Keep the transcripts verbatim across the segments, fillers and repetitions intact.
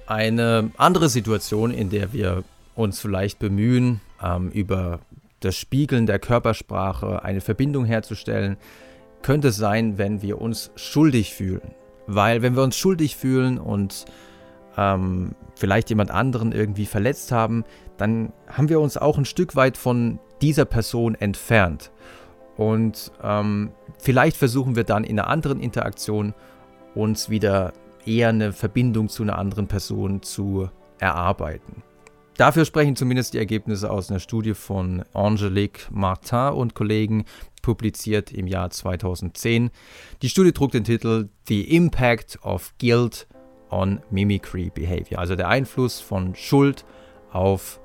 Eine andere Situation, in der wir uns vielleicht bemühen, ähm, über das Spiegeln der Körpersprache eine Verbindung herzustellen, könnte sein, wenn wir uns schuldig fühlen. Weil wenn wir uns schuldig fühlen und ähm, vielleicht jemand anderen irgendwie verletzt haben, dann haben wir uns auch ein Stück weit von dieser Person entfernt. Und ähm, vielleicht versuchen wir dann in einer anderen Interaktion uns wieder eher eine Verbindung zu einer anderen Person zu erarbeiten. Dafür sprechen zumindest die Ergebnisse aus einer Studie von Angelique Martin und Kollegen, publiziert im Jahr zweitausendzehn. Die Studie trug den Titel The Impact of Guilt on Mimicry Behavior, also der Einfluss von Schuld auf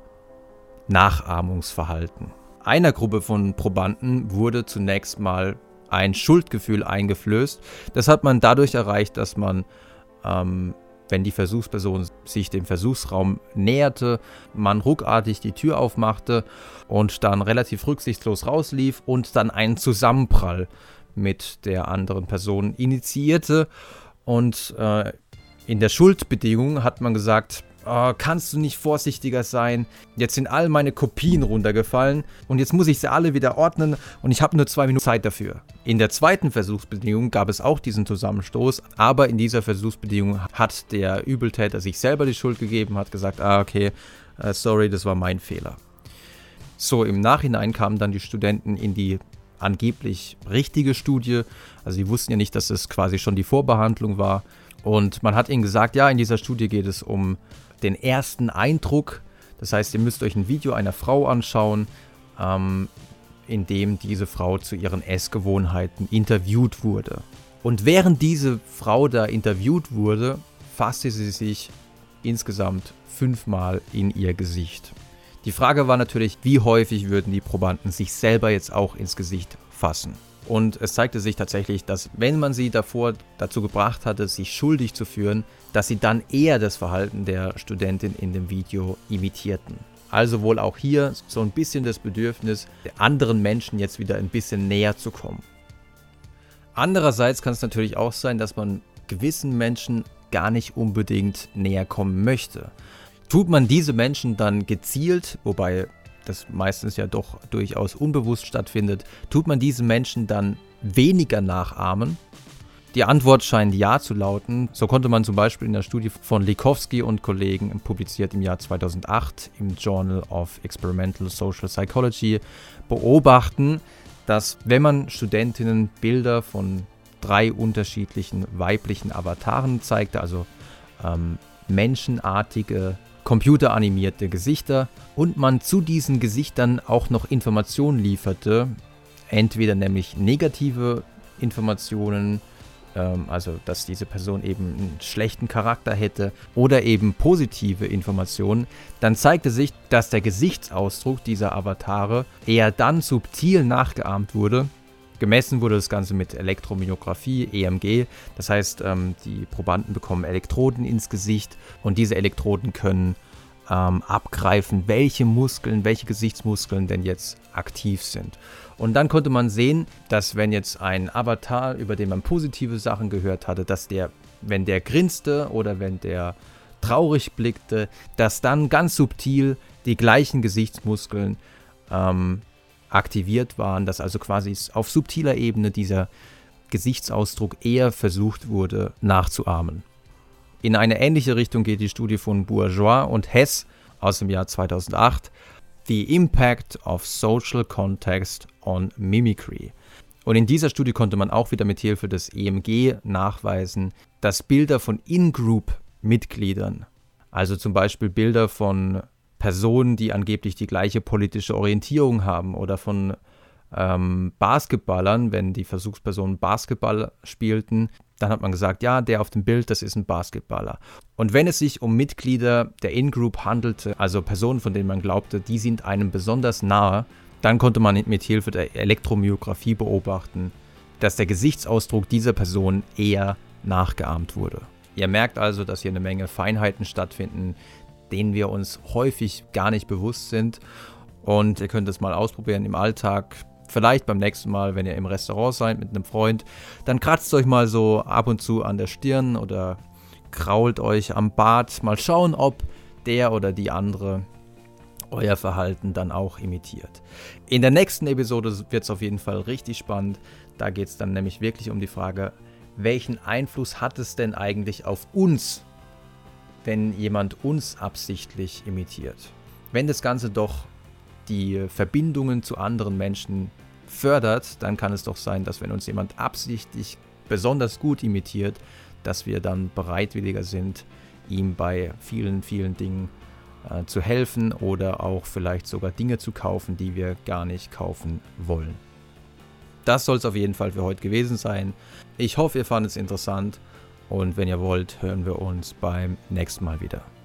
Nachahmungsverhalten. Einer Gruppe von Probanden wurde zunächst mal ein Schuldgefühl eingeflößt. Das hat man dadurch erreicht, dass man ähm, wenn die Versuchsperson sich dem Versuchsraum näherte, man ruckartig die Tür aufmachte und dann relativ rücksichtslos rauslief und dann einen Zusammenprall mit der anderen Person initiierte. Und äh, in der Schuldbedingung hat man gesagt, oh, kannst du nicht vorsichtiger sein? Jetzt sind all meine Kopien runtergefallen und jetzt muss ich sie alle wieder ordnen und ich habe nur zwei Minuten Zeit dafür. In der zweiten Versuchsbedingung gab es auch diesen Zusammenstoß, aber in dieser Versuchsbedingung hat der Übeltäter sich selber die Schuld gegeben, hat gesagt, ah okay, uh, sorry, das war mein Fehler. So, im Nachhinein kamen dann die Studenten in die angeblich richtige Studie, also sie wussten ja nicht, dass es quasi schon die Vorbehandlung war und man hat ihnen gesagt, ja, in dieser Studie geht es um den ersten Eindruck. Das heißt, ihr müsst euch ein Video einer Frau anschauen, ähm, in dem diese Frau zu ihren Essgewohnheiten interviewt wurde. Und während diese Frau da interviewt wurde, fasste sie sich insgesamt fünfmal in ihr Gesicht. Die Frage war natürlich, wie häufig würden die Probanden sich selber jetzt auch ins Gesicht fassen? Und es zeigte sich tatsächlich, dass wenn man sie davor dazu gebracht hatte, sich schuldig zu führen, dass sie dann eher das Verhalten der Studentin in dem Video imitierten. Also wohl auch hier so ein bisschen das Bedürfnis, anderen Menschen jetzt wieder ein bisschen näher zu kommen. Andererseits kann es natürlich auch sein, dass man gewissen Menschen gar nicht unbedingt näher kommen möchte. Tut man diese Menschen dann gezielt, wobei das meistens ja doch durchaus unbewusst stattfindet, tut man diesen Menschen dann weniger nachahmen? Die Antwort scheint ja zu lauten. So konnte man zum Beispiel in der Studie von Likowski und Kollegen, publiziert im Jahr zweitausendacht im Journal of Experimental Social Psychology, beobachten, dass wenn man Studentinnen Bilder von drei unterschiedlichen weiblichen Avataren zeigte, also ähm, menschenartige, computeranimierte Gesichter und man zu diesen Gesichtern auch noch Informationen lieferte, entweder nämlich negative Informationen, ähm, also dass diese Person eben einen schlechten Charakter hätte, oder eben positive Informationen, dann zeigte sich, dass der Gesichtsausdruck dieser Avatare eher dann subtil nachgeahmt wurde. Gemessen wurde das Ganze mit Elektromyographie, E M G, das heißt, ähm, die Probanden bekommen Elektroden ins Gesicht und diese Elektroden können ähm, abgreifen, welche Muskeln, welche Gesichtsmuskeln denn jetzt aktiv sind. Und dann konnte man sehen, dass wenn jetzt ein Avatar, über den man positive Sachen gehört hatte, dass der, wenn der grinste oder wenn der traurig blickte, dass dann ganz subtil die gleichen Gesichtsmuskeln ähm, aktiviert waren, dass also quasi auf subtiler Ebene dieser Gesichtsausdruck eher versucht wurde nachzuahmen. In eine ähnliche Richtung geht die Studie von Bourgeois und Hess aus dem Jahr zweitausendacht, The Impact of Social Context on Mimicry. Und in dieser Studie konnte man auch wieder mit Hilfe des E M G nachweisen, dass Bilder von In-Group-Mitgliedern, also zum Beispiel Bilder von Personen, die angeblich die gleiche politische Orientierung haben, oder von ähm, Basketballern, wenn die Versuchspersonen Basketball spielten, dann hat man gesagt, ja, der auf dem Bild, das ist ein Basketballer. Und wenn es sich um Mitglieder der In-Group handelte, also Personen, von denen man glaubte, die sind einem besonders nahe, dann konnte man mit Hilfe der Elektromyographie beobachten, dass der Gesichtsausdruck dieser Person eher nachgeahmt wurde. Ihr merkt also, dass hier eine Menge Feinheiten stattfinden, denen wir uns häufig gar nicht bewusst sind. Und ihr könnt es mal ausprobieren im Alltag. Vielleicht beim nächsten Mal, wenn ihr im Restaurant seid mit einem Freund, dann kratzt euch mal so ab und zu an der Stirn oder krault euch am Bart, mal schauen, ob der oder die andere euer Verhalten dann auch imitiert. In der nächsten Episode wird es auf jeden Fall richtig spannend. Da geht es dann nämlich wirklich um die Frage, welchen Einfluss hat es denn eigentlich auf uns, wenn jemand uns absichtlich imitiert? Wenn das Ganze doch die Verbindungen zu anderen Menschen fördert, dann kann es doch sein, dass wenn uns jemand absichtlich besonders gut imitiert, dass wir dann bereitwilliger sind, ihm bei vielen, vielen Dingen äh, zu helfen oder auch vielleicht sogar Dinge zu kaufen, die wir gar nicht kaufen wollen. Das soll es auf jeden Fall für heute gewesen sein. Ich hoffe, ihr fandet es interessant und wenn ihr wollt, hören wir uns beim nächsten Mal wieder.